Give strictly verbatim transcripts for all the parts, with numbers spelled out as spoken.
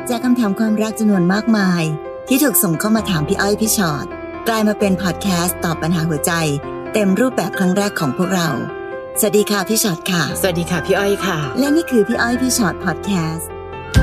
จากคำถามความรักจำนวนมากมายที่ถูกส่งเข้ามาถามพี่อ้อยพี่ชอตกลายมาเป็นพอดแคสต์ตอบปัญหาหัวใจเต็มรูปแบบครั้งแรกของพวกเราสวัสดีค่ะพี่ชอตค่ะสวัสดีค่ะพี่อ้อยค่ะและนี่คือพี่อ้อยพี่ชอตพอดแคสต์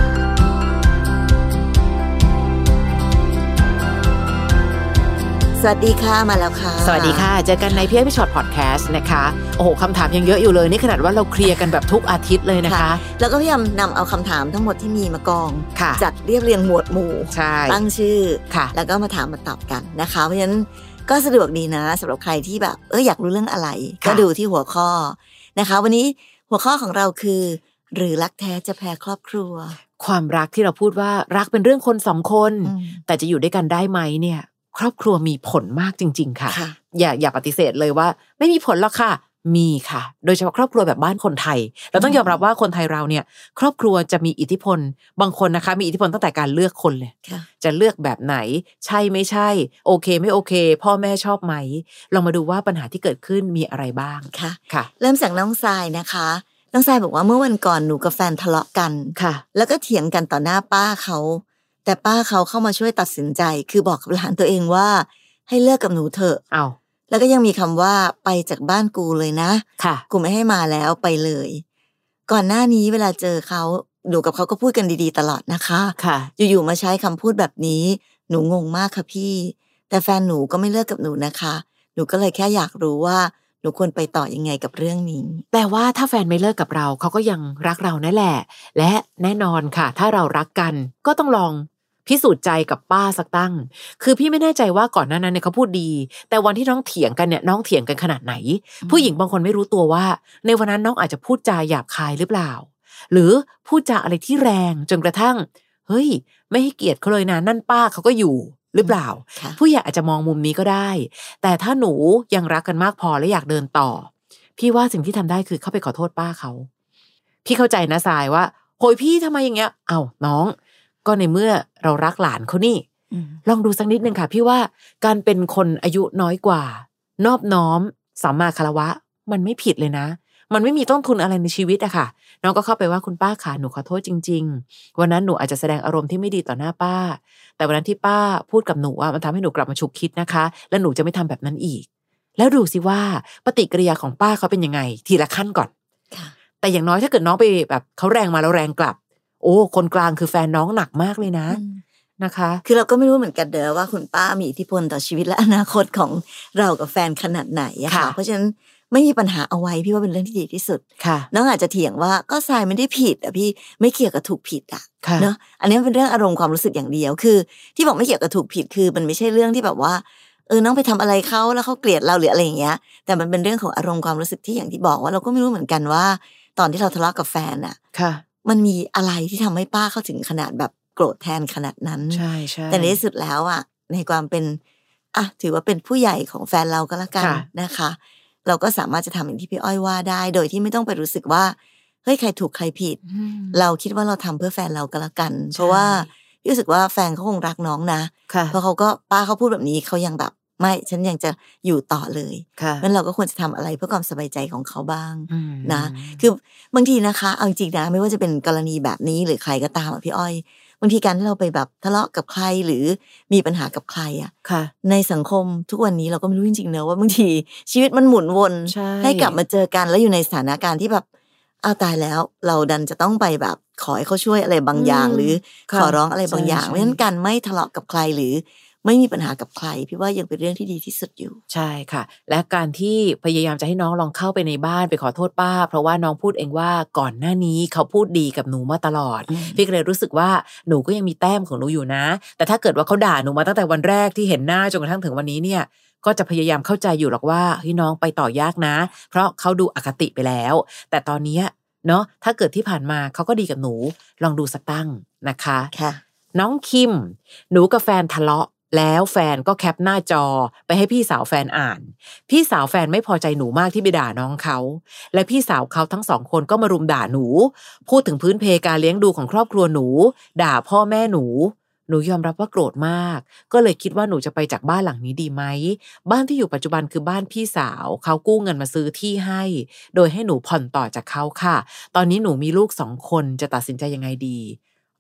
สวัสดีค่ะมาแล้วค่ะสวัสดีค่ะเจอกันในพี่อ้อยพี่ชอตพอดแคสต์นะคะโอ้โหคำถามยังเยอะอยู่เลยนี่ขนาดว่าเราเคลียร์กันแบบทุกอาทิตย์เลยนะคะแล้วก็พยายามนำเอาคำถามทั้งหมดที่มีมากองจัดเรียบเรียงหมวดหมู่ตั้งชื่อแล้วก็มาถามมาตอบกันนะคะเพราะฉะนั้นก็สะดวกดีนะสำหรับใครที่แบบเอออยากรู้เรื่องอะไรก็ดูที่หัวข้อนะคะวันนี้หัวข้อของเราคือหรือรักแท้จะแพ้ครอบครัวความรักที่เราพูดว่ารักเป็นเรื่องคนสองคนแต่จะอยู่ด้วยกันได้ไหมเนี่ยครอบครัวมีผลมากจริงๆค่ะอย่าอย่าปฏิเสธเลยว่าไม่มีผลหรอกค่ะมีค่ะโดยเฉพาะครอบครัวแบบบ้านคนไทยเราต้องยอมรับว่าคนไทยเราเนี่ยครอบครัวจะมีอิทธิพลบางคนนะคะมีอิทธิพลตั้งแต่การเลือกคนเลยจะเลือกแบบไหนใช่ไม่ใช่โอเคไม่โอเคพ่อแม่ชอบไหมลองมาดูว่าปัญหาที่เกิดขึ้นมีอะไรบ้างค่ะค่ะเริ่มจากน้องทรายนะคะน้องทรายบอกว่าเมื่อวันก่อนหนูกับแฟนทะเลาะกันค่ะแล้วก็เถียงกันต่อหน้าป้าเขาแต่ป้าเขาเข้ามาช่วยตัดสินใจคือบอกกับหลานตัวเองว่าให้เลิกกับหนูเถอะเอาแล้วก็ยังมีคำว่าไปจากบ้านกูเลยนะค่ะกูไม่ให้มาแล้วไปเลยก่อนหน้านี้เวลาเจอเขาหนูกับเขาก็พูดกันดีๆตลอดนะคะค่ะอยู่ๆมาใช้คำพูดแบบนี้หนูงงมากค่ะพี่แต่แฟนหนูก็ไม่เลิกกับหนูนะคะหนูก็เลยแค่อยากรู้ว่าหนูควรไปต่อยังไงกับเรื่องนี้แปลว่าถ้าแฟนไม่เลิกกับเราเขาก็ยังรักเรานั่นแหละและแน่นอนค่ะถ้าเรารักกันก็ต้องลองพิสูจน์ใจกับป้าสักตั้งคือพี่ไม่แน่ใจว่าก่อนหน้านั้นเนี่ยเขาพูดดีแต่วันที่น้องเถียงกันเนี่ยน้องเถียงกันขนาดไหนผู้หญิงบางคนไม่รู้ตัวว่าในวันนั้นน้องอาจจะพูดจาหยาบคายหรือเปล่าหรือพูดจาอะไรที่แรงจนกระทั่งเฮ้ยไม่ให้เกียรติเขาเลยนะนั่นป้าเขาก็อยู่หรือเปล่าผู้ใหญ่อาจจะมองมุมนี้ก็ได้แต่ถ้าหนูยังรักกันมากพอและอยากเดินต่อพี่ว่าสิ่งที่ทำได้คือเข้าไปขอโทษป้าเขาพี่เข้าใจนะทรายว่าโหยพี่ทำไมอย่างเงี้ยเอ้าน้องก็ในเมื่อเรารักหลานเขานี่ลองดูสักนิดนึงค่ะพี่ว่าการเป็นคนอายุน้อยกว่านอบน้อมสัมมาคารวะมันไม่ผิดเลยนะมันไม่มีต้นทุนอะไรในชีวิตอะค่ะน้องก็เข้าไปว่าคุณป้าค่ะหนูขอโทษจริงๆวันนั้นหนูอาจจะแสดงอารมณ์ที่ไม่ดีต่อหน้าป้าแต่วันนั้นที่ป้าพูดกับหนูว่ามันทำให้หนูกลับมาฉุกคิดนะคะและหนูจะไม่ทำแบบนั้นอีกแล้วดูสิว่าปฏิกิริยาของป้าเขาเป็นยังไงทีละขั้นก่อนแต่อย่างน้อยถ้าเกิดน้องไปแบบเขาแรงมาแล้วแรงกลับโอ้คนกลางคือแฟนน้องหนักมากเลยนะนะคะคือเราก็ไม่รู้เหมือนกันเด้อว่าคุณป้ามีอิทธิพลต่อชีวิตและอนาคตของเรากับแฟนขนาดไหนอะค่ะเพราะฉะนั้นไม่มีปัญหาเอาไว้พี่ว่าเป็นเรื่องที่ดีที่สุดน้องอาจจะเถียงว่าก็ทรายไม่ได้ผิดอะพี่ไม่เกี่ยวกับถูกผิดอะเนาะอันนี้เป็นเรื่องอารมณ์ความรู้สึกอย่างเดียวคือที่บอกไม่เกี่ยวกับถูกผิดคือมันไม่ใช่เรื่องที่แบบว่าเออน้องไปทำอะไรเขาแล้วเขาเกลียดเราหรืออะไรอย่างเงี้ยแต่มันเป็นเรื่องของอารมณ์ความรู้สึกที่อย่างที่บอกว่าเราก็ไม่รู้เหมือนกันว่าตอนที่เราทะเลาะกับแฟนอะมันมีอะไรที่ทำให้ป้าเข้าถึงขนาดแบบโกรธแทนขนาดนั้นใช่ใช่แต่ในที่สุดแล้วอ่ะในความเป็นอ่ะถือว่าเป็นผู้ใหญ่ของแฟนเราก็แล้วกันนะคะเราก็สามารถจะทำอย่างที่พี่อ้อยว่าได้โดยที่ไม่ต้องไปรู้สึกว่าเฮ้ยใครถูกใครผิดเราคิดว่าเราทำเพื่อแฟนเราก็แล้วกันเพราะว่าพี่รู้สึกว่าแฟนเขาคงรักน้องนะเพราะเขาก็ป้าเขาพูดแบบนี้เขายังแบบไม่ฉันยังจะอยู่ต่อเลยงั้นเราก็ควรจะทำอะไรเพื่อความสบายใจของเขาบ้างนะคือบางทีนะคะเอาจริงๆนะไม่ว่าจะเป็นกรณีแบบนี้หรือใครก็ตามอ่ะพี่อ้อยบางทีการที่เราไปแบบทะเลาะกับใครหรือมีปัญหากับใครอ่ะในสังคมทุกวันนี้เราก็ไม่รู้จริงๆนะว่าบางทีชีวิตมันหมุนวนให้กลับมาเจอกันแล้วอยู่ในสถานการณ์ที่แบบอ้าวตายแล้วเราดันจะต้องไปแบบขอให้เขาช่วยอะไรบางอย่างหรือขอร้องอะไรบางอย่างเพราะฉะนั้นการไม่ทะเลาะกับใครหรือไม่มีปัญหากับใครพี่ว่ายังเป็นเรื่องที่ดีที่สุดอยู่ใช่ค่ะและการที่พยายามจะให้น้องลองเข้าไปในบ้านไปขอโทษป้าเพราะว่าน้องพูดเองว่าก่อนหน้านี้เขาพูดดีกับหนูมาตลอดพี่ก็เลยรู้สึกว่าหนูก็ยังมีแต้มของหนูอยู่นะแต่ถ้าเกิดว่าเขาด่าหนูมาตั้งแต่วันแรกที่เห็นหน้าจนกระทั่งถึงวันนี้เนี่ยก็จะพยายามเข้าใจอยู่หรอกว่าเฮ้ยน้องไปต่อยากนะเพราะเขาดูอคติไปแล้วแต่ตอนนี้เนาะถ้าเกิดที่ผ่านมาเขาก็ดีกับหนูลองดูสักตั้งนะคะค่ะน้องคิมหนูกับแฟนทะเลาะแล้วแฟนก็แคปหน้าจอไปให้พี่สาวแฟนอ่านพี่สาวแฟนไม่พอใจหนูมากที่ไปด่าน้องเขาและพี่สาวเขาทั้งสองคนก็มารุมด่าหนูพูดถึงพื้นเพการเลี้ยงดูของครอบครัวหนูด่าพ่อแม่หนูหนูยอมรับว่าโกรธมากก็เลยคิดว่าหนูจะไปจากบ้านหลังนี้ดีไหมบ้านที่อยู่ปัจจุบันคือบ้านพี่สาวเขากู้เงินมาซื้อที่ให้โดยให้หนูผ่อนต่อจากเขาค่ะตอนนี้หนูมีลูกสองคนจะตัดสินใจยังไงดี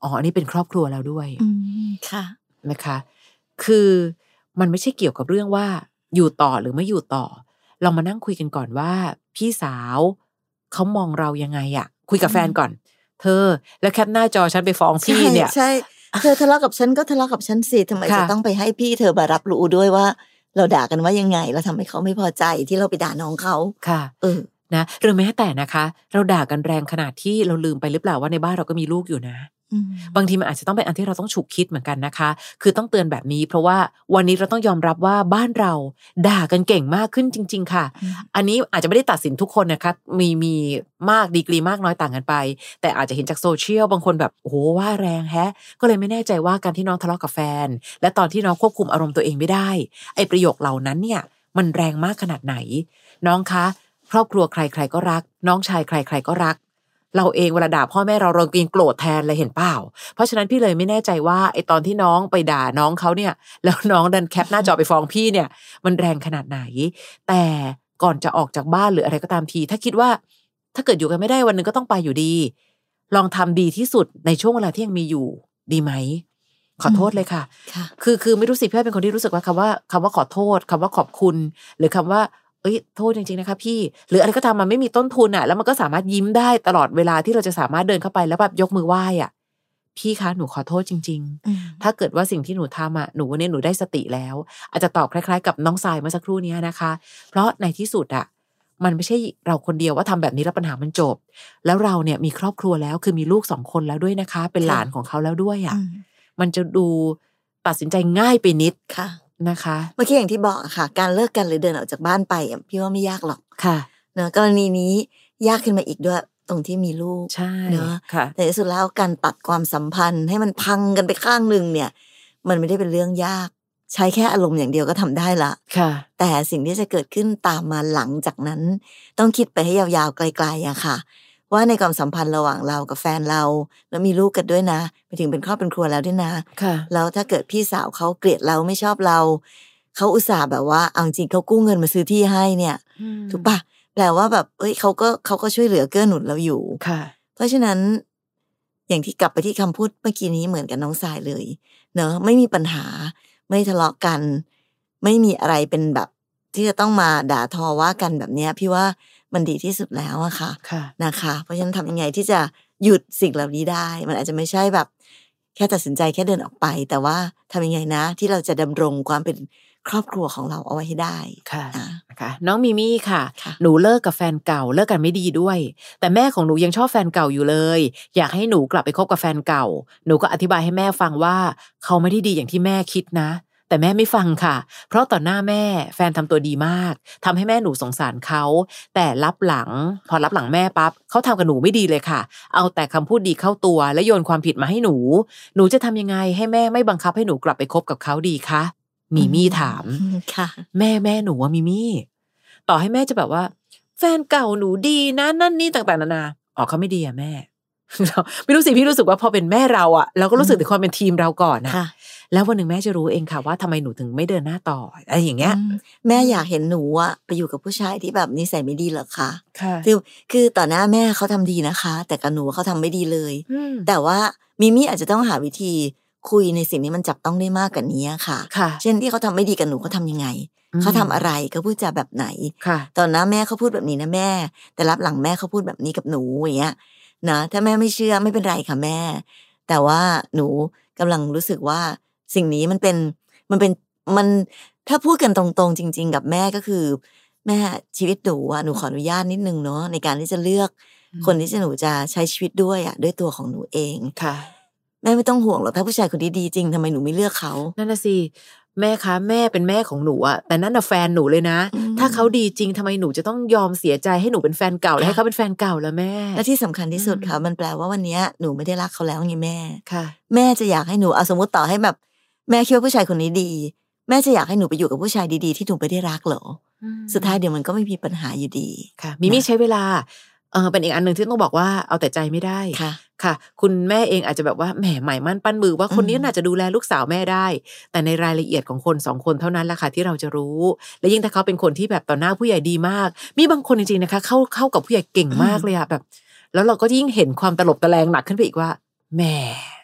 อ๋ออันนี้เป็นครอบครัวแล้วด้วยค่ะนะคะคือมันไม่ใช่เกี่ยวกับเรื่องว่าอยู่ต่อหรือไม่อยู่ต่อเรามานั่งคุยกันก่อนว่าพี่สาวเขามองเรายังไงอะคุยกับแฟนก่อนเธอแล้วแคปหน้าจอฉันไปฟ้องพี่เนี่ยใช่เธอทะเลาะกับฉันก็ทะเลาะกับฉันสิทำไมจะต้องไปให้พี่เธอมารับรู้ด้วยว่าเราด่ากันว่ายังไงแล้วทำให้เขาไม่พอใจที่เราไปด่าน้องเขาค่ะเออนะหรือแม้แต่นะคะเราด่ากันแรงขนาดที่เราลืมไปหรือเปล่าว่าในบ้านเราก็มีลูกอยู่นะบางทีมันอาจจะต้องเป็นอันที่เราต้องฉุกคิดเหมือนกันนะคะคือต้องเตือนแบบนี้เพราะว่าวันนี้เราต้องยอมรับว่าบ้านเราด่ากันเก่งมากขึ้นจริงๆค่ะอันนี้อาจจะไม่ได้ตัดสินทุกคนนะคะมีมีมากดีกรีมากน้อยต่างกันไปแต่อาจจะเห็นจากโซเชียลบางคนแบบโอ้โหว่าแรงแฮะก็เลยไม่แน่ใจว่าการที่น้องทะเลาะกับแฟนและตอนที่น้องควบคุมอารมณ์ตัวเองไม่ได้ไอ้ประโยคเหล่านั้นเนี่ยมันแรงมากขนาดไหนน้องคะครอบครัวใครๆก็รักน้องชายใครๆก็รักเราเองเวลาด่าพ่อแม่เราเรากินโกรธแทนเลยเห็นเปล่าเพราะฉะนั้นพี่เลยไม่แน่ใจว่าไอตอนที่น้องไปด่าน้องเขาเนี่ยแล้วน้องดันแคปหน้าจอไปฟ้องพี่เนี่ยมันแรงขนาดไหนแต่ก่อนจะออกจากบ้านหรืออะไรก็ตามทีถ้าคิดว่าถ้าเกิดอยู่กันไม่ได้วันหนึ่งก็ต้องไปอยู่ดีลองทำดีที่สุดในช่วงเวลาที่ยังมีอยู่ดีไหมขอโทษเลยค่ะคือคือไม่รู้สิพี่เป็นคนที่รู้สึกว่าคำว่าคำว่าขอโทษคำว่าขอบคุณหรือคำว่าเอ้ยโทษจริงๆนะคะพี่หรืออะไรก็ตามมันไม่มีต้นทุนอ่ะแล้วมันก็สามารถยิ้มได้ตลอดเวลาที่เราจะสามารถเดินเข้าไปแล้วแบบยกมือไหว้อ่ะพี่คะหนูขอโทษจริงๆถ้าเกิดว่าสิ่งที่หนูทำอ่ะหนูวันนี้หนูได้สติแล้วอาจจะตอบคล้ายๆกับน้องทรายเมื่อสักครู่นี้นะคะเพราะในที่สุดอ่ะมันไม่ใช่เราคนเดียวว่าทำแบบนี้แล้วปัญหามันจบแล้วเราเนี่ยมีครอบครัวแล้วคือมีลูกสองคนแล้วด้วยนะคะเป็นหลานของเขาแล้วด้วยอ่ะมันจะดูตัดสินใจง่ายไปนิดค่ะนะคะเมื่อกี้อย่างที่บอกค่ะการเลิกกันหรือเดินออกจากบ้านไปพี่ว่าไม่ยากหรอกค่ะเนอะกรณีนี้ยากขึ้นมาอีกด้วยตรงที่มีลูกใช่เนอะค่ะแต่ที่สุดแล้วการตัดความสัมพันธ์ให้มันพังกันไปข้างนึงเนี่ยมันไม่ได้เป็นเรื่องยากใช้แค่อารมณ์อย่างเดียวก็ทำได้ละค่ะแต่สิ่งที่จะเกิดขึ้นตามมาหลังจากนั้นต้องคิดไปให้ยาวๆไกลๆอะค่ะว่าในความสัมพันธ์ระหว่างเรากับแฟนเราแล้วมีลูกกันด้วยนะไปถึงเป็นครอบเป็นครัวแล้วด้วยนะแล้วถ้าเกิดพี่สาวเขาเกลียดเราไม่ชอบเราเขาอุตส่าห์แบบว่าเอาจริงเขากู้เงินมาซื้อที่ให้เนี่ยถูกปะแปลว่าแบบเอ้ยเขาก็เขาก็ช่วยเหลือเกื้อหนุนเราอยู่เพราะฉะนั้นอย่างที่กลับไปที่คำพูดเมื่อกี้นี้เหมือนกับน้องสายเลยเนอะไม่มีปัญหาไม่ทะเลาะกันไม่มีอะไรเป็นแบบที่จะต้องมาด่าทอว่ากันแบบนี้พี่ว่ามันดีที่สุดแล้วอะค่ะนะคะเพราะฉะนั้นทำยังไงที่จะหยุดสิ่งเหล่านี้ได้มันอาจจะไม่ใช่แบบแค่ตัดสินใจแค่เดินออกไปแต่ว่าทำยังไงนะที่เราจะดำรงความเป็นครอบครัวของเราเอาไว้ให้ได้ค่ะนะคะน้องมิมี่ค่ะหนูเลิกกับแฟนเก่าเลิกกันไม่ดีด้วยแต่แม่ของหนูยังชอบแฟนเก่าอยู่เลยอยากให้หนูกลับไปคบกับแฟนเก่าหนูก็อธิบายให้แม่ฟังว่าเขาไม่ได้ดีอย่างที่แม่คิดนะแต่แม่ไม่ฟังค่ะเพราะต่อหน้าแม่แฟนทำตัวดีมากทำให้แม่หนูสงสารเขาแต่รับหลังพอรับหลังแม่ปั๊บเขาทำกับหนูไม่ดีเลยค่ะเอาแต่คำพูดดีเข้าตัวและโยนความผิดมาให้หนูหนูจะทำยังไงให้แม่ไม่บังคับให้หนูกลับไปคบกับเขาดีคะมีมี่ถามค่ะแม่แม่หนูว่ามีมี่ต่อให้แม่จะแบบว่าแฟนเก่าหนูดีนะนั่นนี่ต่างๆนานาอ๋อเขาไม่ดีอะแม่ไม่รู้สิพี่รู้สึกว่าพอเป็นแม่เราอะเราก็รู้สึกถึงความเป็นทีมเราก่อนนะแล้ววันหนึ่งแม่จะรู้เองค่ะว่าทำไมหนูถึงไม่เดินหน้าต่ออะไรอย่างเงี้ยแม่อยากเห็นหนูอะไปอยู่กับผู้ชายที่แบบนิสัยไม่ดีเหรอคะคือคือต่อหน้าแม่เขาทำดีนะคะแต่กับหนูเขาทำไม่ดีเลยแต่ว่ามิมี่อาจจะต้องหาวิธีคุยในสิ่งนี้มันจับต้องได้มากกว่านี้ค่ะเช่นที่เขาทำไม่ดีกับหนูเขาทำยังไงเขาทำอะไรเขาพูดจาแบบไหนตอนหน้าแม่เขาพูดแบบนี้นะแม่แต่รับหลังแม่เขาพูดแบบนี้กับหนูอย่างเงี้ยนะถ้าแม่ไม่เชื่อไม่เป็นไรค่ะแม่แต่ว่าหนูกำลังรู้สึกว่าสิ่งนี้มันเป็นมันเป็นมันถ้าพูดกันตรงๆจริงๆกับแม่ก็คือแม่ชีวิตหนูอ่ะหนูขออนุญาตนิดนึงเนาะในการที่จะเลือกคนที่จะหนูจะใช้ชีวิตด้วยอ่ะด้วยตัวของหนูเองค่ะแม่ไม่ต้องห่วงหรอกถ้าผู้ชายคนนี้ดีจริงทำไมหนูไม่เลือกเขานั่นน่ะสิแม่คะแม่เป็นแม่ของหนูอะแต่นั่นน่ะแฟนหนูเลยนะถ้าเขาดีจริงทำไมหนูจะต้องยอมเสียใจให้หนูเป็นแฟนเก่าและให้เขาเป็นแฟนเก่าแล้วแม่และที่สำคัญที่สุดค่ะมันแปลว่าวันนี้หนูไม่ได้รักเขาแล้วไงแม่ค่ะแม่จะอยากให้หนูเอาสมมติต่อให้แบบแม่คิดว่าผู้ชายคนนี้ดีแม่จะอยากให้หนูไปอยู่กับผู้ชายดีๆที่หนูไม่ได้รักเหรอสุดท้ายเดี๋ยวมันก็ไม่มีปัญหาอยู่ดีค่ะมิมี่ใช้เวลาเออเป็นอีกอันนึงที่ต้องบอกว่าเอาแต่ใจไม่ได้ค่ะค่ะคุณแม่เองอาจจะแบบว่าแหมหมายมั่นปั้นมือว่าคนนี้น่าจะดูแลลูกสาวแม่ได้แต่ในรายละเอียดของคนสองคนเท่านั้นแหละค่ะที่เราจะรู้และยิ่งถ้าเขาเป็นคนที่แบบต่อหน้าผู้ใหญ่ดีมากมีบางคนจริงๆนะคะเข้าเข้ากับผู้ใหญ่เก่งมากเลยอะแบบแล้วเราก็ยิ่งเห็นความตลบตะแลงหนักขึ้นไปอีกว่าแหม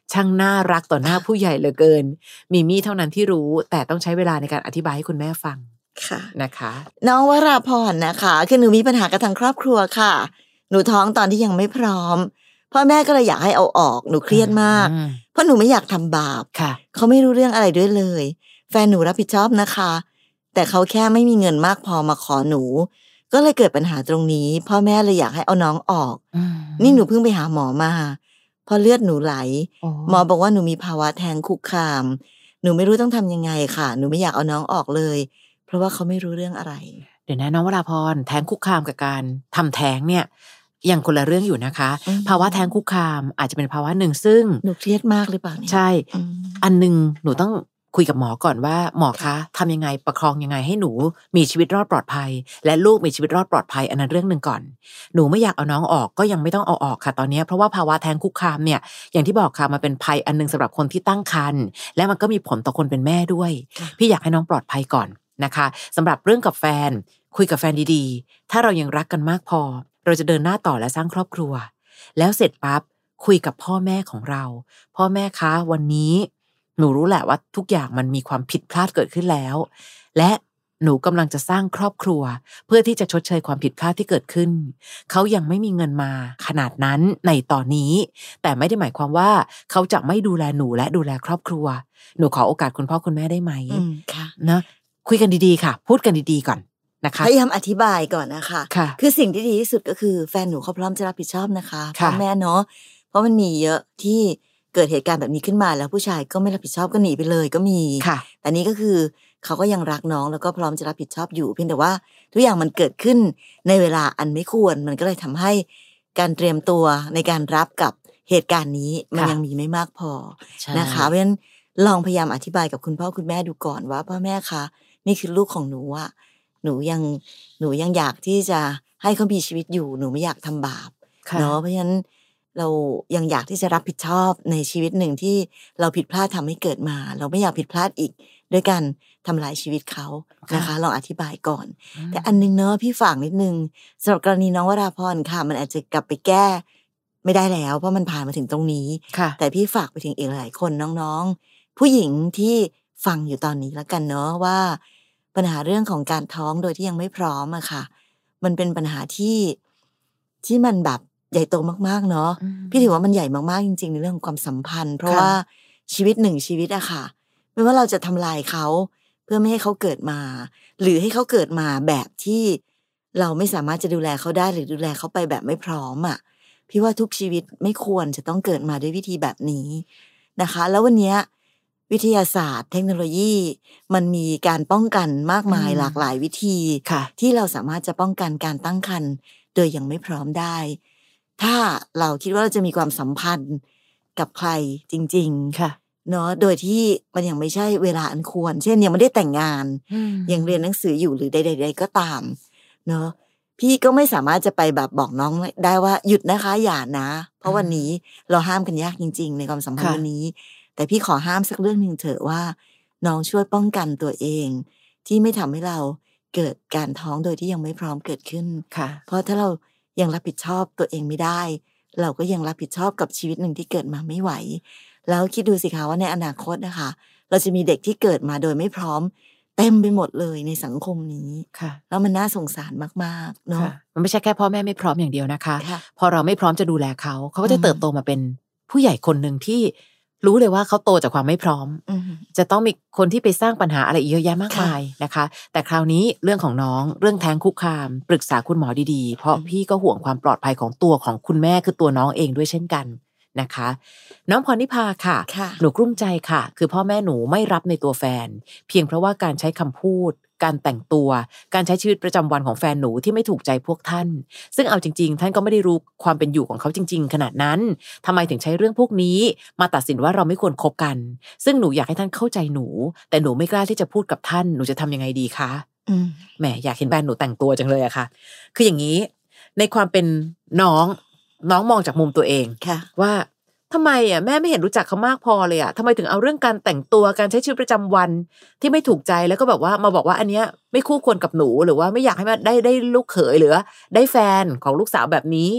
ช่างน่ารักต่อหน้าผู้ใหญ่เหลือเกินมีมี่เท่านั้นที่รู้แต่ต้องใช้เวลาในการอธิบายให้คุณแม่ฟังค่ะนะคะน้องวราพรนะคะคือหนูมีปัญหากับทางครอบครัวค่ะหนูท้องตอนที่ยังไม่พร้อมพ่อแม่ก็เลยอยากให้เอาออกหนูเครียดมากเพราะหนูไม่อยากทำบาปเขาไม่รู้เรื่องอะไรด้วยเลยแฟนหนูรับผิดชอบนะคะแต่เขาแค่ไม่มีเงินมากพอมาขอหนูก็เลยเกิดปัญหาตรงนี้พ่อแม่เลยอยากให้เอาน้องออกนี่หนูเพิ่งไปหาหมอมาพอเลือดหนูไหลหมอบอกว่าหนูมีภาวะแท้งคุกคามหนูไม่รู้ต้องทำยังไงค่ะหนูไม่อยากเอาน้องออกเลยเพราะว่าเขาไม่รู้เรื่องอะไรเดี๋ยวนะน้องวราพรแท้งคุกคามกับการทำแท้งเนี่ยยังคนละเรื่องอยู่นะคะภาวะแท้งคุกคามอาจจะเป็นภาวะหนึ่งซึ่งหนูเครียดมากหรือเปล่าเนี่ยใช่อันนึงหนูต้องคุยกับหมอก่อนว่าหมอคะทำยังไงประคองยังไงให้หนูมีชีวิตรอดปลอดภัยและลูกมีชีวิตรอดปลอดภัยอันนั้นเรื่องนึงก่อนหนูไม่อยากเอาน้องออกก็ยังไม่ต้องเอาออกค่ะตอนนี้เพราะว่าภาวะแท้งคุกคามเนี่ยอย่างที่บอกค่ะมันเป็นภัยอันนึงสำหรับคนที่ตั้งครรภ์และมันก็มีผลต่อคนเป็นแม่ด้วยพี่อยากให้น้องปลอดภัยก่อนนะคะสำหรับเรื่องกับแฟนคุยกับแฟนดีๆถ้าเรายังรักกันมากพอเราจะเดินหน้าต่อและสร้างครอบครัวแล้วเสร็จปั๊บคุยกับพ่อแม่ของเราพ่อแม่คะวันนี้หนูรู้แหละว่าทุกอย่างมันมีความผิดพลาดเกิดขึ้นแล้วและหนูกำลังจะสร้างครอบครัวเพื่อที่จะชดเชยความผิดพลาดที่เกิดขึ้นเขายังไม่มีเงินมาขนาดนั้นในตอนนี้แต่ไม่ได้หมายความว่าเขาจะไม่ดูแลหนูและดูแลครอบครัวหนูขอโอกาสคุณพ่อคุณแม่ได้ไหมนะคุยกันดีๆค่ะพูดกันดีๆก่อนนะคะพยายามอธิบายก่อนนะคะคือสิ่งที่ดีที่สุดก็คือแฟนหนูเขาพร้อมจะรับผิดชอบนะคะพ่อแม่เนาะเพราะมันมีเยอะที่เกิดเหตุการณ์แบบนี้ขึ้นมาแล้วผู้ชายก็ไม่รับผิดชอบก็หนีไปเลยก็มีแต่นี้ก็คือเขาก็ยังรักน้องแล้วก็พร้อมจะรับผิดชอบอยู่เพียงแต่ว่าทุกอย่างมันเกิดขึ้นในเวลาอันไม่ควรมันก็เลยทำให้การเตรียมตัวในการรับกับเหตุการณ์นี้มันยังมีไม่มากพอนะคะเพราะฉะนั้นลองพยายามอธิบายกับคุณพ่อคุณแม่ดูก่อนว่าพ่อแม่คะนี่คือลูกของหนูอะหนูยังหนูยังอยากที่จะให้เขามีชีวิตอยู่หนูไม่อยากทำบาปเนาะเพราะฉะนั้นเรายังอยากที่จะรับผิดชอบในชีวิตหนึ่งที่เราผิดพลาดทำให้เกิดมาเราไม่อยากผิดพลาดอีกด้วยการทำลายชีวิตเขานะคะลองอธิบายก่อนแต่อันนึงเนาะพี่ฝากนิดนึงสำหรับกรณีน้องวราพรค่ะมันอาจจะกลับไปแก้ไม่ได้แล้วเพราะมันผ่านมาถึงตรงนี้แต่พี่ฝากไปถึงอีกหลายคนน้องๆผู้หญิงที่ฟังอยู่ตอนนี้แล้วกันเนาะว่าปัญหาเรื่องของการท้องโดยที่ยังไม่พร้อมอะค่ะมันเป็นปัญหาที่ที่มันแบบใหญ่โตมากๆเนาะพี่ถือว่ามันใหญ่มากๆจริงๆในเรื่องของความสัมพันธ์เพราะว่าชีวิตหนึ่งชีวิตอะค่ะไม่ว่าเราจะทำลายเขาเพื่อไม่ให้เขาเกิดมาหรือให้เขาเกิดมาแบบที่เราไม่สามารถจะดูแลเขาได้หรือดูแลเขาไปแบบไม่พร้อมอะพี่ว่าทุกชีวิตไม่ควรจะต้องเกิดมาด้วยวิธีแบบนี้นะคะแล้ววันนี้วิทยาศาสตร์เทคโนโลยีมันมีการป้องกันมากมายหลากหลายวิธีที่เราสามารถจะป้องกันการตั้งครรภ์โดยยังไม่พร้อมได้ถ้าเราคิดว่าเราจะมีความสัมพันธ์กับใครจริงๆเนาะโดยที่มันยังไม่ใช่เวลาอันควรเช่นยังไม่ได้แต่งงานยังเรียนหนังสืออยู่หรือใดๆก็ตามเนาะพี่ก็ไม่สามารถจะไปแบบบอกน้องได้ว่าหยุดนะคะอย่านะเพราะวันนี้เราห้ามกันยากจริงๆในความสัมพันธ์วันนี้แต่พี่ขอห้ามสักเรื่องนึงเถอะว่าน้องช่วยป้องกันตัวเองที่ไม่ทำให้เราเกิดการท้องโดยที่ยังไม่พร้อมเกิดขึ้นเพราะถ้าเรายังรับผิดชอบตัวเองไม่ได้เราก็ยังรับผิดชอบกับชีวิตหนึ่งที่เกิดมาไม่ไหวแล้วคิดดูสิคะว่าในอนาคตนะคะเราจะมีเด็กที่เกิดมาโดยไม่พร้อมเต็มไปหมดเลยในสังคมนี้แล้วมันน่าสงสารมากๆเนาะมันไม่ใช่แค่พ่อแม่ไม่พร้อมอย่างเดียวนะคะพอเราไม่พร้อมจะดูแลเขาเขาก็จะเติบโตมาเป็นผู้ใหญ่คนหนึ่งที่รู้เลยว่าเขาโตจากความไม่พร้อมจะต้องมีคนที่ไปสร้างปัญหาอะไรเยอะแยะมากมายนะคะแต่คราวนี้เรื่องของน้องเรื่องแท้งคุกคามปรึกษาคุณหมอดีๆเพราะพี่ก็ห่วงความปลอดภัยของตัวของคุณแม่คือตัวน้องเองด้วยเช่นกันนะคะน้องพรนิพาค่ะหนูกลุ้มใจค่ะคือพ่อแม่หนูไม่รับในตัวแฟนเพียงเพราะว่าการใช้คำพูดการแต่งตัวการใช้ชีวิตประจำวันของแฟนหนูที่ไม่ถูกใจพวกท่านซึ่งเอาจริงๆท่านก็ไม่ได้รู้ความเป็นอยู่ของเขาจริงๆขนาดนั้นทำไมถึงใช้เรื่องพวกนี้มาตัดสินว่าเราไม่ควรคบกันซึ่งหนูอยากให้ท่านเข้าใจหนูแต่หนูไม่กล้าที่จะพูดกับท่านหนูจะทำยังไงดีคะแหมอยากเห็นแฟนหนูแต่งตัวจังเลยอะค่ะคืออย่างนี้ในความเป็นน้องน้องมองจากมุมตัวเองว่าทำไมอ่ะแม่ไม่เห็นรู้จักเขามากพอเลยอ่ะทำไมถึงเอาเรื่องการแต่งตัวการใช้ชีวิตประจำวันที่ไม่ถูกใจแล้วก็แบบว่ามาบอกว่าอันเนี้ยไม่คู่ควรกับหนูหรือว่าไม่อยากให้มาได้ได้ลูกเขยหรือได้แฟนของลูกสาวแบบนี้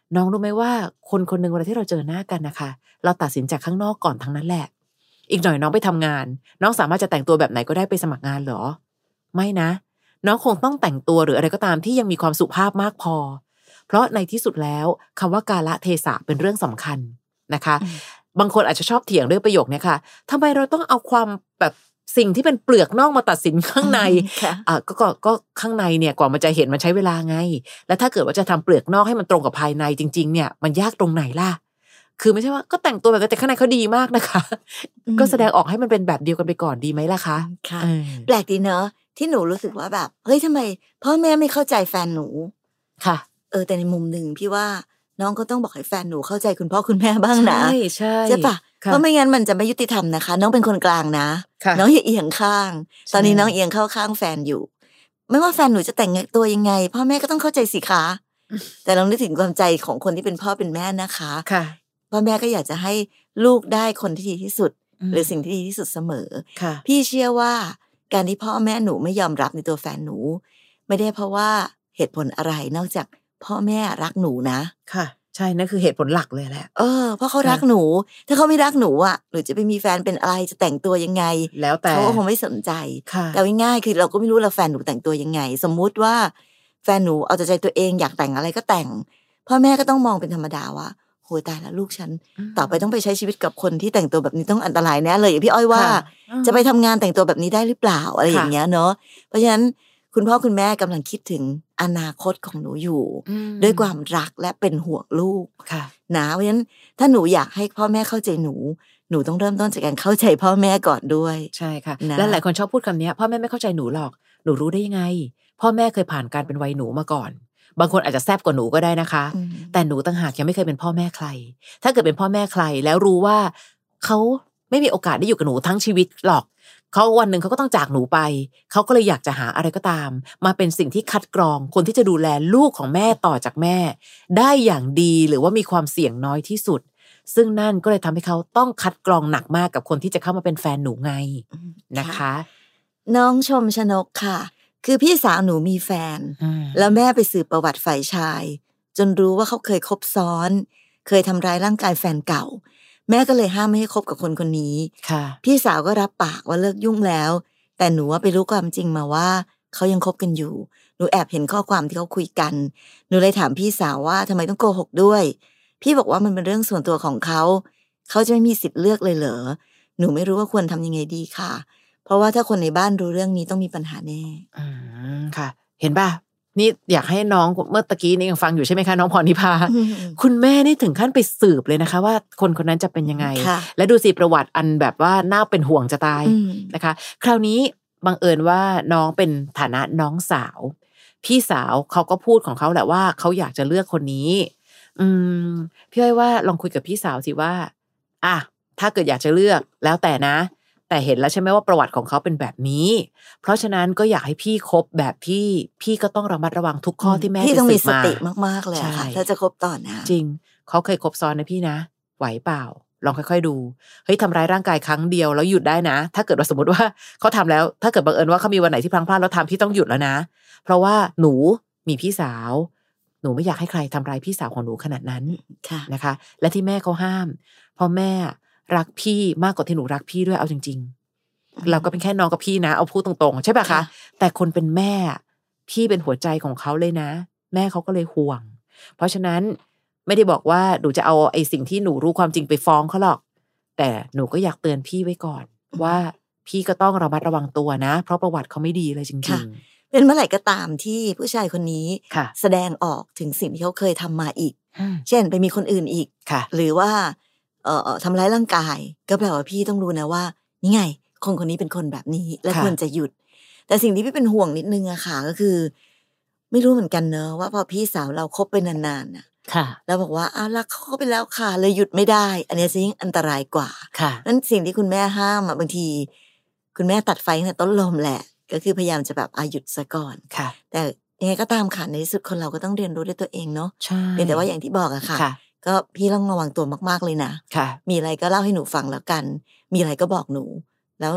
น้องรู้ไหมว่าคนคนหนึ่งเวลาที่เราเจอหน้ากันนะคะเราตัดสินจากข้างนอกก่อนทั้งนั้นแหละอีกหน่อยน้องไปทำงานน้องสามารถจะแต่งตัวแบบไหนก็ได้ไปสมัครงานเหรอไม่นะน้องคงต้องแต่งตัวหรืออะไรก็ตามที่ยังมีความสุภาพมากพอเพราะในที่สุดแล้วคำว่ากาลเทศะเป็นเรื่องสำคัญนะคะบางคนอาจจะชอบเถียงเรื่องประโยคนี้ค่ะทำไมเราต้องเอาความแบบสิ่งที่เป็นเปลือกนอกมาตัดสินข้างในอ่ะก็ก็ก็ข้างในเนี่ยกว่ามันจะเห็นมันใช้เวลาไงแล้วถ้าเกิดว่าจะทำเปลือกนอกให้มันตรงกับภายในจริงๆเนี่ยมันยากตรงไหนล่ะคือไม่ใช่ว่าก็แต่งตัวแบบแต่ข้างในเขาดีมากนะคะก็แสดงออกให้มันเป็นแบบเดียวกันไปก่อนดีไหมล่ะคะค่ะแปลกดีเนอะที่หนูรู้สึกว่าแบบเฮ้ยทำไมพ่อแม่ไม่เข้าใจแฟนหนูค่ะเออแต่ในมุมหนึ่งพี่ว่าน้องก็ต้องบอกให้แฟนหนูเข้าใจคุณพ่อคุณแม่บ้างนะใช่ใช่ใช่ปะเพราะไม่งั้นมันจะไม่ยุติธรรมนะคะน้องเป็นคนกลางนะน้องอย่าเอียงข้างตอนนี้น้องเอียงเข้าข้างแฟนอยู่ไม่ว่าแฟนหนูจะแต่งตัวยังไงพ่อแม่ก็ต้องเข้าใจสิคะแต่ลองนึกถึงความใจของคนที่เป็นพ่อเป็นแม่นะคะพ่อแม่ก็อยากจะให้ลูกได้คนที่ดีที่สุดหรือสิ่งที่ดีที่สุดเสมอพี่เชื่อว่าการที่พ่อแม่หนูไม่ยอมรับในตัวแฟนหนูไม่ได้เพราะว่าเหตุผลอะไรนอกจากพ่อแม่รักหนูนะค่ะใช่นั่นคือเหตุผลหลักเลยแหละเออเพราะเขารักหนูถ้าเขาไม่รักหนูอ่ะหนูจะไปมีแฟนเป็นอะไรจะแต่งตัวยังไงแล้วแต่เขาก็คงไม่สนใจแต่ง่ายๆคือเราก็ไม่รู้เราแฟนหนูแต่งตัวยังไงสมมุติว่าแฟนหนูเอาแต่ใจตัวเองอยากแต่งอะไรก็แต่งพ่อแม่ก็ต้องมองเป็นธรรมดาว่าโหตายแล้วลูกฉันต่อไปต้องไปใช้ชีวิตกับคนที่แต่งตัวแบบนี้ต้องอันตรายแน่เลยอย่างพี่อ้อยว่าจะไปทำงานแต่งตัวแบบนี้ได้หรือเปล่าอะไรอย่างเงี้ยเนาะเพราะฉะนั้นคุณพ่อคุณแม่กำลังคิดถึงอนาคตของหนูอยู่ด้วยความรักและเป็นห่วงลูกนะเพราะฉะนั้นถ้าหนูอยากให้พ่อแม่เข้าใจหนูหนูต้องเริ่มต้นจากการเข้าใจพ่อแม่ก่อนด้วยใช่ค่ะและหลายคนชอบพูดคำนี้พ่อแม่ไม่เข้าใจหนูหรอกหนูรู้ได้ยังไงพ่อแม่เคยผ่านการเป็นวัยหนูมาก่อนบางคนอาจจะแซ่บกว่าหนูก็ได้นะคะแต่หนูต่างหากยังไม่เคยเป็นพ่อแม่ใครถ้าเกิดเป็นพ่อแม่ใครแล้วรู้ว่าเขาไม่มีโอกาสได้อยู่กับหนูทั้งชีวิตหรอกเขาวันหนึ่งเขาก็ต้องจากหนูไปเขาก็เลยอยากจะหาอะไรก็ตามมาเป็นสิ่งที่คัดกรองคนที่จะดูแลลูกของแม่ต่อจากแม่ได้อย่างดีหรือว่ามีความเสี่ยงน้อยที่สุดซึ่งนั่นก็เลยทำให้เขาต้องคัดกรองหนักมากกับคนที่จะเข้ามาเป็นแฟนหนูไงนะคะน้องชมชนกค่ะคือพี่สาวหนูมีแฟนแล้วแม่ไปสืบประวัติฝ่ายชายจนรู้ว่าเขาเคยคบซ้อนเคยทำร้ายร่างกายแฟนเก่าแม่ก็เลยห้ามไม่ให้คบกับคนคนนี้พี่สาวก็รับปากว่าเลิกยุ่งแล้วแต่หนูว่าไปรู้ความจริงมาว่าเขายังคบกันอยู่หนูแอบเห็นข้อความที่เขาคุยกันหนูเลยถามพี่สาวว่าทำไมต้องโกหกด้วยพี่บอกว่ามันเป็นเรื่องส่วนตัวของเขาเขาจะไม่มีสิทธิ์เลือกเลยเหรอหนูไม่รู้ว่าควรทำยังไงดีค่ะเพราะว่าถ้าคนในบ้านรู้เรื่องนี้ต้องมีปัญหาแน่อืมค่ะเห็นป่ะนี่อยากให้น้องเมื่อตะกี้นี่ยังฟังอยู่ใช่ไหมคะน้องพรนิพาคุณแม่นี่ถึงขั้นไปสืบเลยนะคะว่าคนคนนั้นจะเป็นยังไงและดูสิประวัติอันแบบว่าน่าเป็นห่วงจะตายนะคะคราวนี้บังเอิญว่าน้องเป็นฐานะน้องสาวพี่สาวเขาก็พูดของเขาแหละว่าเขาอยากจะเลือกคนนี้อืมพี่อ้อยว่าลองคุยกับพี่สาวสิว่าอ่ะถ้าเกิดอยากจะเลือกแล้วแต่นะแต่เห็นแล้วใช่ไหมว่าประวัติของเขาเป็นแบบนี้เพราะฉะนั้นก็อยากให้พี่คบแบบที่พี่ก็ต้องระมัดระวังทุกข้อที่แม่จะสืบมาพี่ต้องมีสติมากๆเลยค่ะถ้าจะคบต่อนะจริงเขาเคยคบซ้อนนะพี่นะไหวเปล่าลองค่อยๆดูเฮ้ยทำร้ายร่างกายครั้งเดียวแล้วหยุดได้นะถ้าเกิดว่าสมมติว่าเขาทำแล้วถ้าเกิดบังเอิญว่าเขามีวันไหนที่พลั้งพลาดแล้วทำพี่ต้องหยุดแล้วนะเพราะว่าหนูมีพี่สาวหนูไม่อยากให้ใครทำร้ายพี่สาวของหนูขนาดนั้นนะคะและที่แม่เขาห้ามเพราะแม่รักพี่มากกว่าที่หนูรักพี่ด้วยเอาจริงๆเราก็เป็นแค่น้องกับพี่นะเอาพูดตรงๆใช่ป่ะคะแต่คนเป็นแม่พี่เป็นหัวใจของเขาเลยนะแม่เขาก็เลยห่วงเพราะฉะนั้นไม่ได้บอกว่าหนูจะเอาไอ้สิ่งที่หนูรู้ความจริงไปฟ้องเขาหรอกแต่หนูก็อยากเตือนพี่ไว้ก่อนว่าพี่ก็ต้องระมัดระวังตัวนะเพราะประวัติเขาไม่ดีเลยจริงๆเป็นเมื่อไหร่ก็ตามที่ผู้ชายคนนี้แสดงออกถึงสิ่งที่เขาเคยทำมาอีกเช่นไปมีคนอื่นอีกหรือว่าเอ่อทำร้ายร่างกายก็แปลว่าพี่ต้องรู้นะว่านี่ไงคนคนนี้เป็นคนแบบนี้และควรจะหยุดแต่สิ่งที่พี่เป็นห่วงนิดนึงอะค่ะก็คือไม่รู้เหมือนกันเนอะว่าพอพี่สาวเราคบไปนานๆน่ะแล้วบอกว่าอ้าวรักเขาไปแล้วค่ะเลยหยุดไม่ได้อันนี้จะยิ่งอันตรายกว่านั้นสิ่งที่คุณแม่ห้ามอะบางทีคุณแม่ตัดไฟตั้งแต่ต้นลมแหละก็คือพยายามจะแบบอาหยุดซะก่อนแต่ยังไงก็ตามค่ะในที่สุดคนเราก็ต้องเรียนรู้ด้วยตัวเองเนาะเป็นแต่ว่าอย่างที่บอกอะค่ะก็พี่ต้องระวังตัวมากๆเลยนะมีอะไรก็เล่าให้หนูฟังแล้วกันมีอะไรก็บอกหนูแล้ว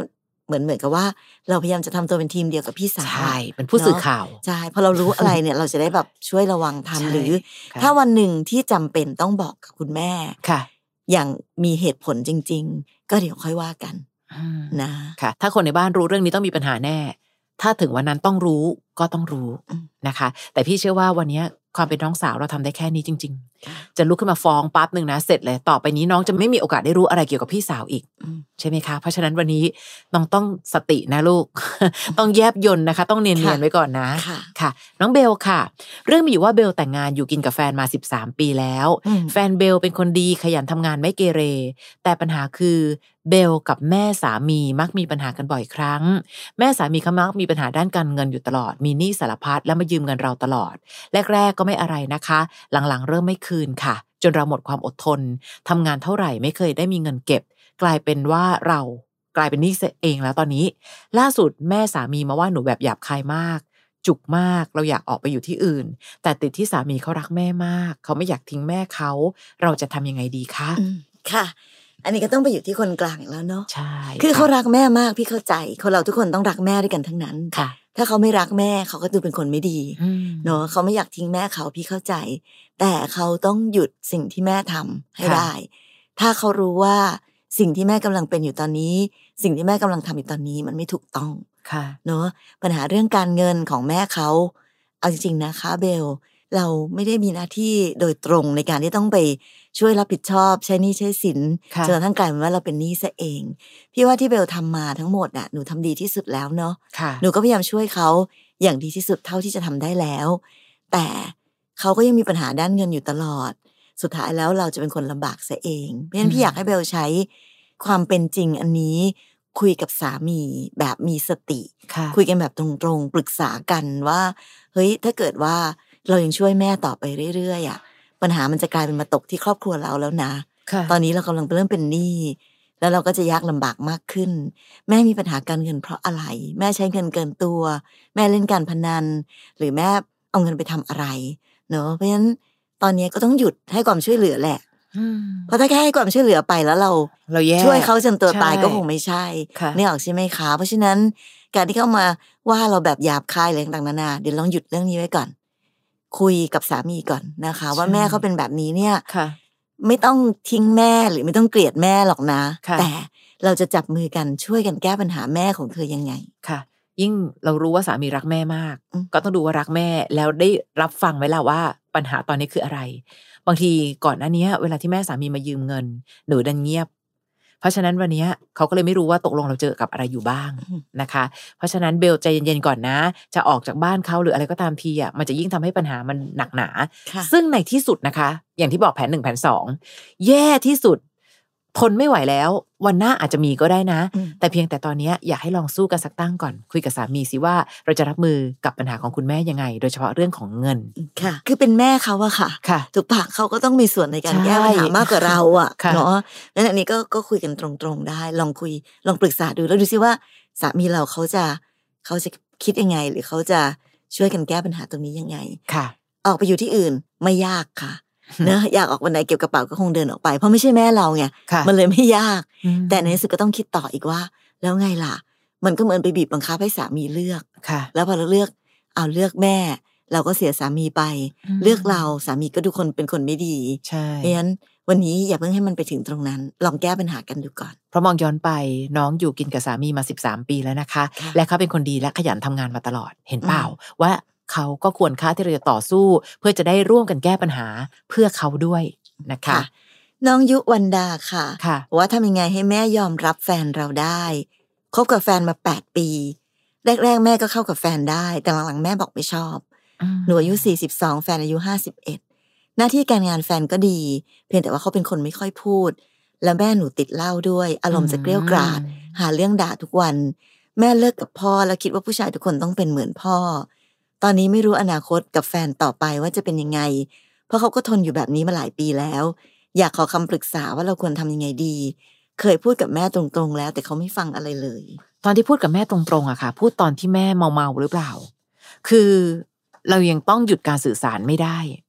เหมือนเหมือนกับว่าเราพยายามจะทำตัวเป็นทีมเดียวกับพี่สาวใช่เป็นผู้สื่อข่าวใช่พอเรารู้อะไรเนี่ยเราจะได้แบบช่วยระวังทันหรือถ้าวันหนึ่งที่จำเป็นต้องบอกกับคุณแม่ค่ะอย่างมีเหตุผลจริงๆก็เดี๋ยวค่อยว่ากันนะค่ะถ้าคนในบ้านรู้เรื่องนี้ต้องมีปัญหาแน่ถ้าถึงวันนั้นต้องรู้ก็ต้องรู้นะคะแต่พี่เชื่อว่าวันนี้ความเป็นน้องสาวเราทำได้แค่นี้จริงๆจะลุกขึ้นมาฟ้องปั๊บนึงนะเสร็จเลยต่อไปนี้น้องจะไม่มีโอกาสได้รู้อะไรเกี่ยวกับพี่สาวอีกใช่ไหมคะเพราะฉะนั้นวันนี้น้องต้องสตินะลูก ต้องแยบยลนะคะต้องเนียนๆไว้ก่อนนะค่ะน้องเบลค่ะเรื่องมีอยู่ว่าเบลแต่งงานอยู่กินกับแฟนมาสิบสามปีแล้วแฟนเบลเป็นคนดีขยันทำงานไม่เกเรแต่ปัญหาคือเบลกับแม่สามีมักมีปัญหากันบ่อยครั้งแม่สามีเขามักมีปัญหาด้านการเงินอยู่ตลอดมีหนี้สารพัดแล้วมายืมเงินเราตลอดแรกๆก็ไม่อะไรนะคะหลังๆเริ่มไม่คืนค่ะจนเราหมดความอดทนทำงานเท่าไหร่ไม่เคยได้มีเงินเก็บกลายเป็นว่าเรากลายเป็นหนี้เองแล้วตอนนี้ล่าสุดแม่สามีมาว่าหนูแบบหยาบคายมากจุกมากเราอยากออกไปอยู่ที่อื่นแต่ติดที่สามีเขารักแม่มากเขาไม่อยากทิ้งแม่เขาเราจะทำยังไงดีคะค่ะอันนี้ก็ต้องไปอยู่ที่คนกลางอีกแล้วเนาะใช่คือเขารักแม่มากพี่เข้าใจคนเราทุกคนต้องรักแม่ด้วยกันทั้งนั้นถ้าเขาไม่รักแม่เขาก็ดูเป็นคนไม่ดีเนาะเขาไม่อยากทิ้งแม่เขาพี่เข้าใจแต่เขาต้องหยุดสิ่งที่แม่ทำให้ได้ถ้าเขารู้ว่าสิ่งที่แม่กำลังเป็นอยู่ตอนนี้สิ่งที่แม่กำลังทำอยู่ตอนนี้มันไม่ถูกต้องเนาะปัญหาเรื่องการเงินของแม่เขาเอาจริงๆนะคะเบลเราไม่ได้มีหน้าที่โดยตรงในการที่ต้องไปช่วยรับผิดชอบใช้หนี้ใช้สินจนกระทั่งกลายเป็นว่าเราเป็นหนี้ซะเองพี่ว่าที่เบลทำมาทั้งหมดน่ะหนูทำดีที่สุดแล้วเนาะหนูก็พยายามช่วยเขาอย่างดีที่สุดเท่าที่จะทำได้แล้วแต่เขาก็ยังมีปัญหาด้านเงินอยู่ตลอดสุดท้ายแล้วเราจะเป็นคนลำบากซะเองเพราะฉะนั้นพี่อยากให้เบลใช้ความเป็นจริงอันนี้คุยกับสามีแบบมีสติคุยกันแบบตรงๆปรึกษากันว่าเฮ้ยถ้าเกิดว่าเรายังช่วยแม่ต่อไปเรื่อยๆอ่ะปัญหามันจะกลายเป็นมาตกที่ครอบครัวเราแล้วนะตอนนี้เรากำลังเริ่มเป็นหนี้แล้วเราก็จะยากลำบากมากขึ้นแม่มีปัญหาการเงินเพราะอะไรแม่ใช้เงินเกินตัวแม่เล่นการพนันหรือแม่เอาเงินไปทำอะไรเนอะเพราะฉะนั้นตอนนี้ก็ต้องหยุดให้ความช่วยเหลือแหละเพราะถ้าแค่ให้ความช่วยเหลือไปแล้วเราเราช่วยเขาจนตัวตายก็คงไม่ใช่นี่ออกใช่ไหมคะเพราะฉะนั้นการที่เข้ามาว่าเราแบบหยาบคายอะไรต่างๆนานาเดี๋ยวลองหยุดเรื่องนี้ไว้ก่อนคุยกับสามีก่อนนะคะว่าแม่เขาเป็นแบบนี้เนี่ยไม่ต้องทิ้งแม่หรือไม่ต้องเกลียดแม่หรอกนะแต่เราจะจับมือกันช่วยกันแก้ปัญหาแม่ของเธอยังไงค่ะยิ่งเรารู้ว่าสามีรักแม่มากก็ต้องดูว่ารักแม่แล้วได้รับฟังไว้แล้วว่าปัญหาตอนนี้คืออะไรบางทีก่อนหน้านี้เวลาที่แม่สามีมายืมเงินหนูดันเงียบเพราะฉะนั้นวันนี้เขาก็เลยไม่รู้ว่าตกลงเราเจอกับอะไรอยู่บ้างนะคะเพราะฉะนั้นเบลใจเย็นๆก่อนนะจะออกจากบ้านเขาหรืออะไรก็ตามทีอ่ะมันจะยิ่งทำให้ปัญหามันหนักหนาซึ่งในที่สุดนะคะอย่างที่บอกแผนหนึ่งแผนสองแย่ที่สุดทนไม่ไหวแล้ววันหน้าอาจจะมีก็ได้นะแต่เพียงแต่ตอนนี้อยากให้ลองสู้กันสักตั้งก่อนคุยกับสามีสิว่าเราจะรับมือกับปัญหาของคุณแม่ยังไงโดยเฉพาะเรื่องของเงินค่ะคือเป็นแม่เขาอะค่ะถูกปะเขาก็ต้องมีส่วนในการแก้ปัญหามากกว่าเราอะเนาะแล้วอันนี้ก็ก็คุยกันตรงๆได้ลองคุยลองปรึกษาดูแล้วดูซิว่าสามีเราเขาจะเขาจะคิดยังไงหรือเขาจะช่วยกันแก้ปัญหาตรงนี้ยังไงค่ะออกไปอยู่ที่อื่นไม่ยากค่ะเนอะอยากออกวันไหนเก็บกระเป๋าก็คงเดินออกไปเพราะไม่ใช่แม่เราไงมันเลยไม่ยากแต่ในที่สุดก็ต้องคิดต่ออีกว่าแล้วไงล่ะมันก็เหมือนไปบีบบังคับให้สามีเลือกแล้วพอเราเลือกเอาเลือกแม่เราก็เสียสามีไปเลือกเราสามีก็ดูคนเป็นคนไม่ดีเพราะฉะนั้นวันนี้อย่าเพิ่งให้มันไปถึงตรงนั้นลองแก้ปัญหากันดูก่อนเพราะมองย้อนไปน้องอยู่กินกับสามีมาสิบสามปีแล้วนะคะและเขาเป็นคนดีและขยันทำงานมาตลอดเห็นเปล่าว่าเขาก็ควรค่าที่เราจะต่อสู้เพื่อจะได้ร่วมกันแก้ปัญหาเพื่อเขาด้วยนะคะน้องยุวันดาค่ะว่าทำยังไงให้แม่ยอมรับแฟนเราได้คบกับแฟนมาแปดปีแรกๆแม่ก็เข้ากับแฟนได้แต่หลังๆแม่บอกไม่ชอบหนูอายุสี่สิบสองแฟนอายุห้าสิบเอ็ดหน้าที่การงานแฟนก็ดีเพียงแต่ว่าเขาเป็นคนไม่ค่อยพูดแล้วแม่หนูติดเหล้าด้วยอารมณ์จะเกรี้ยวกราดหาเรื่องด่าทุกวันแม่เลิกกับพ่อแล้วคิดว่าผู้ชายทุกคนต้องเป็นเหมือนพ่อตอนนี้ไม่รู้อนาคตกับแฟนต่อไปว่าจะเป็นยังไงเพราะเขาก็ทนอยู่แบบนี้มาหลายปีแล้วอยากขอคำปรึกษาว่าเราควรทำยังไงดีเคยพูดกับแม่ตรงๆแล้วแต่เขาไม่ฟังอะไรเลยตอนที่พูดกับแม่ตรงๆอะค่ะพูดตอนที่แม่เมาๆหรือเปล่าคือเรายังต้องหยุดการสื่อสารไม่ได้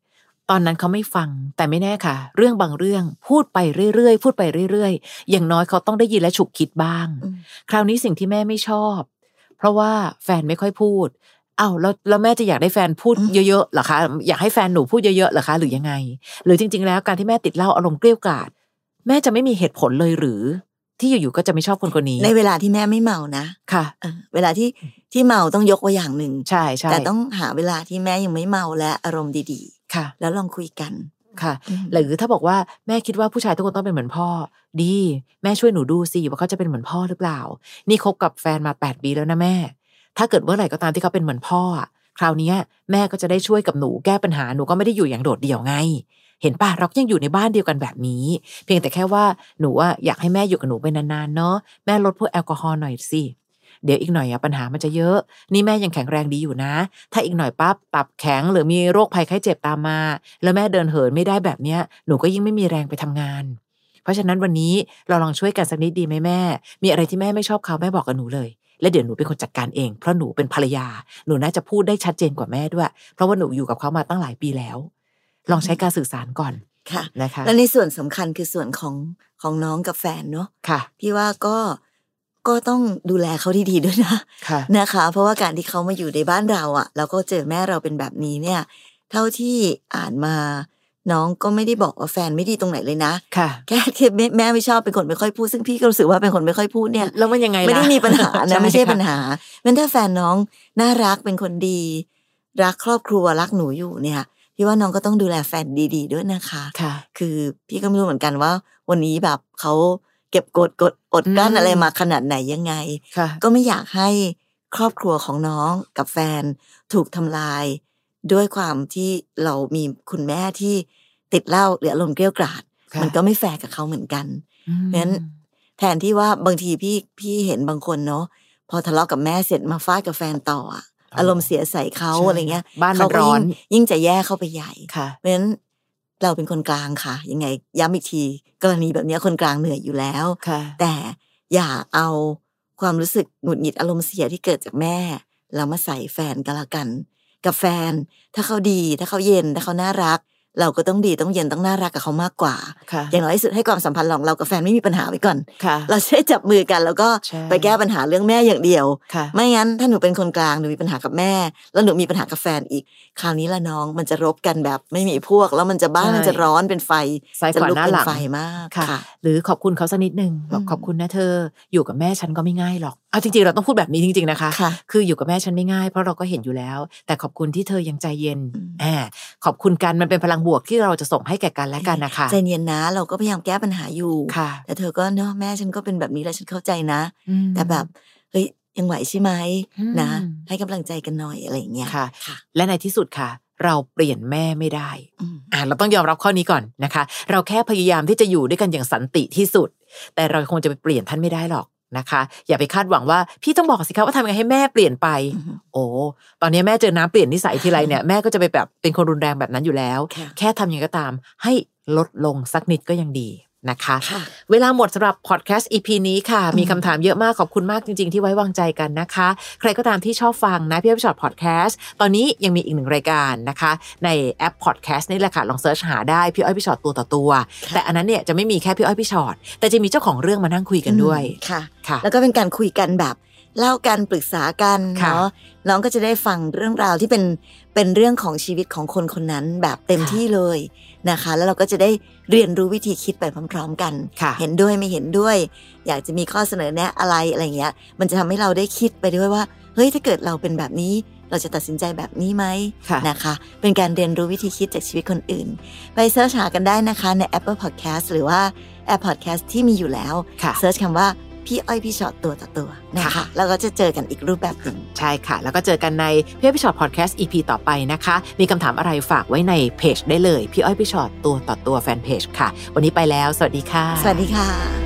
ตอนนั้นเขาไม่ฟังแต่ไม่แน่ค่ะเรื่องบางเรื่องพูดไปเรื่อยๆพูดไปเรื่อยๆอย่างน้อยเขาต้องได้ยินและฉุกคิดบ้างคราวนี้สิ่งที่แม่ไม่ชอบเพราะว่าแฟนไม่ค่อยพูดอ้าวแล้วแล้วแม่จะอยากได้แฟนพูดเยอะๆเหรอคะอยากให้แฟนหนูพูดเยอะๆเหรอคะหรือยังไงหรือจริงๆแล้วการที่แม่ติดเหล้าอารมณ์เกลี้ยกล่อมแม่จะไม่มีเหตุผลเลยหรือที่อยู่ๆก็จะไม่ชอบคนคนนี้ในเวลาที่แม่ไม่เมานะค่ะเวลาที่ที่เมาต้องยกไว้อย่างหนึ่งใช่ใช่แต่ต้องหาเวลาที่แม่ยังไม่เมาและอารมณ์ดีๆค่ะแล้วลองคุยกันค่ะหรือถ้าบอกว่าแม่คิดว่าผู้ชายทุกคนต้องเป็นเหมือนพ่อดีแม่ช่วยหนูดูสิว่าเขาจะเป็นเหมือนพ่อหรือเปล่านี่คบกับแฟนมาแปดปีแล้วนะแม่ถ้าเกิดเมื่อไหร่ก็ตามที่เขาเป็นเหมือนพ่อคราวนี้แม่ก็จะได้ช่วยกับหนูแก้ปัญหาหนูก็ไม่ได้อยู่อย่างโดดเดี่ยวไงเห็นป่ะเรายังอยู่ในบ้านเดียวกันแบบนี้เพียงแต่แค่ว่าหนูว่าอยากให้แม่อยู่กับหนูไปนานๆเนาะแม่ลดพวกแอลกอฮอล์หน่อยสิเดี๋ยวอีกหน่อยอะปัญหามันจะเยอะนี่แม่ยังแข็งแรงดีอยู่นะถ้าอีกหน่อยปั๊บตับแข็งหรือมีโรคภัยไข้เจ็บตามมาแล้วแม่เดินเหินไม่ได้แบบเนี้ยหนูก็ยิ่งไม่มีแรงไปทำงานเพราะฉะนั้นวันนี้เราลองช่วยกันสักนิดดีไหมแม่มีอะไรที่แม่ไม่ชอบเขาแม่บอกกับหนูเลยและเดี๋ยวหนูเป็นคนจัดการเองเพราะหนูเป็นภรรยาหนูน่าจะพูดได้ชัดเจนกว่าแม่ด้วยเพราะว่าหนูอยู่กับเขามาตั้งหลายปีแล้วลองใช้การสื่อสารก่อนค่ะนะคะและในส่วนสำคัญคือส่วนของของน้องกับแฟนเนาะค่ะพี่ว่าก็ก็ต้องดูแลเขาดีๆด้วยนะนะคะเพราะว่าการที่เขามาอยู่ในบ้านเราอ่ะแล้วก็เจอแม่เราเป็นแบบนี้เนี่ยเท่าที่อ่านมาน้องก็ไม่ได้บอกว่าแฟนไม่ดีตรงไหนเลยนะแค่แม่ไม่ชอบเป็นคนไม่ค่อยพูดซึ่งพี่ก็รู้สึกว่าเป็นคนไม่ค่อยพูดเนี่ยแล้วมันยังไงล่ะไม่ได้มีปัญหานะไม่ใช่ปัญหาเพราะถ้าแฟนน้องน่ารักเป็นคนดีรักครอบครัวรักหนูอยู่เนี่ยพี่ว่าน้องก็ต้องดูแลแฟนดีๆด้วยนะคะค่ะคือพี่ก็ไม่รู้เหมือนกันว่าวันนี้แบบเขาเก็บกดกดอดกั้นอะไรมาขนาดไหนยังไงก็ไม่อยากให้ครอบครัวของน้องกับแฟนถูกทำลายด้วยความที่เรามีคุณแม่ที่ติดเหล้าหรืออารมณ์เกรี้ยวกราดมันก็ไม่แฟร์กับเขาเหมือนกันเพราะฉะนั้นแทนที่ว่าบางทีพี่พี่เห็นบางคนเนาะพอทะเลาะกับแม่เสร็จมาฟาดกับแฟนต่ออารมณ์เสียใส่เขาอะไรเงี้ยบ้านมันร้อนยิ่งจะแย่เข้าไปใหญ่เพราะฉะนั้นเราเป็นคนกลางค่ะยังไงย้ำอีกทีกรณีแบบนี้คนกลางเหนื่อยอยู่แล้วแต่อย่าเอาความรู้สึกหงุดหงิดอารมณ์เสียที่เกิดจากแม่แล้วมาใส่แฟนกันละกันกับแฟนถ้าเขาดีถ้าเขาเย็นถ้าเขาน่ารักเราก็ต้องดีต้องเย็นต้องน่ารักกับเขามากกว่าอย่างน้อยที่สุดให้ความสัมพันธ์ของเรากับแฟนไม่มีปัญหาไว้ก่อนเราจะได้จับมือกันแล้วก็ไปแก้ปัญหาเรื่องแม่อย่างเดียวไม่งั้นถ้าหนูเป็นคนกลางหนูมีปัญหากับแม่แล้วหนูมีปัญหากับแฟนอีกคราวนี้ละน้องมันจะรบกันแบบไม่มีพวกแล้วมันจะบ้านมันจะร้อนเป็นไฟจะลุกเป็นไฟมากค่ะหรือขอบคุณเขาสักนิดนึงบอกขอบคุณนะเธออยู่กับแม่ฉันก็ไม่ง่ายหรอกเอาจริงๆเราต้องพูดแบบนี้จริงๆนะคะคืออยู่กับแม่ฉันไม่ง่ายเพราะเราก็เห็นอยู่แล้วแต่ขอบคุณที่เธอยังใจเย็นแอบขอบคุณกันมันเป็นพลังบวกที่เราจะส่งให้แก่กันและกันนะคะใจเย็นนะเราก็พยายามแก้ปัญหาอยู่แต่เธอก็เนาะแม่ฉันก็เป็นแบบนี้แล้วฉันเข้าใจนะแต่แบบเฮ้ยยังไหวใช่ไหมนะให้กำลังใจกันหน่อยอะไรอย่างเงี้ยค่ะและในที่สุดค่ะเราเปลี่ยนแม่ไม่ได้อ่าเราต้องยอมรับข้อนี้ก่อนนะคะเราแค่พยายามที่จะอยู่ด้วยกันอย่างสันติที่สุดแต่เราคงจะไปเปลี่ยนท่านไม่ได้หรอกนะคะอย่าไปคาดหวังว่าพี่ต้องบอกสิคะว่าทำยังไงให้แม่เปลี่ยนไปโอ้ตอนนี้แม่เจอน้ำเปลี่ยนนิสัยทีไรเนี่ยแม่ก็จะไปแบบเป็นคนรุนแรงแบบนั้นอยู่แล้วแค่ทำยังไงก็ตามให้ลดลงสักนิดก็ยังดีนะคะเวลาหมดสำหรับพอดแคสต์ อี พี นี้ค่ะมีคำถามเยอะมากขอบคุณมากจริงๆที่ไว้วางใจกันนะคะใครก็ตามที่ชอบฟังนะพี่อ้อยพี่ชอตพอดแคสต์ตอนนี้ยังมีอีกหนึ่งรายการนะคะในแอปพอดแคสต์นี่แหละค่ะลองเสิร์ชหาได้พี่อ้อยพี่ชอตตัวต่อตัวแต่อันนั้นเนี่ยจะไม่มีแค่พี่อ้อยพี่ชอตแต่จะมีเจ้าของเรื่องมานั่งคุยกันด้วยค่ะค่ะแล้วก็เป็นการคุยกันแบบเล่ากันปรึกษากันเนาะน้องก็จะได้ฟังเรื่องราวที่เป็นเป็นเรื่องของชีวิตของคนคนนั้นแบบเต็มที่เลยนะคะแล้วเราก็จะได้เรียนรู้วิธีคิดไปพร้อมๆกันเห็นด้วยไม่เห็นด้วยอยากจะมีข้อเสนอแนะอะไรอะไรเงี้ยมันจะทำให้เราได้คิดไปด้วยว่าเฮ้ยถ้าเกิดเราเป็นแบบนี้เราจะตัดสินใจแบบนี้ไหมนะคะเป็นการเรียนรู้วิธีคิดจากชีวิตคนอื่นไปเสิร์ชหากันได้นะคะใน Apple Podcast หรือว่าแอป Podcast ที่มีอยู่แล้วเสิร์ชคำว่าพี่อ้อยพี่ชอตตัวต่อตัวนะคะแล้วก็จะเจอกันอีกรูปแบบหนึ่งใช่ค่ะแล้วก็เจอกันในพี่อ้อยพี่ชอตพอดแคสต์ อี พี ต่อไปนะคะมีคำถามอะไรฝากไว้ในเพจได้เลยพี่อ้อยพี่ชอตตัวต่อตัวแฟนเพจค่ะวันนี้ไปแล้วสวัสดีค่ะสวัสดีค่ะ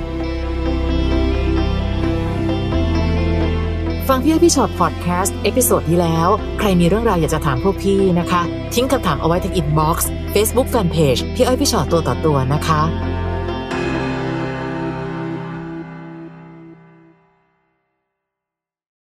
ฟังพี่อ้อยพี่ชอตพอดแคสต์เอพิโซดที่แล้วใครมีเรื่องราวอยากจะถามพวกพี่นะคะทิ้งคำถามเอาไว้ที่อินบ็อกซ์ Facebook Fanpage พี่อ้อยพี่ชอตตัวต่อตัวนะคะ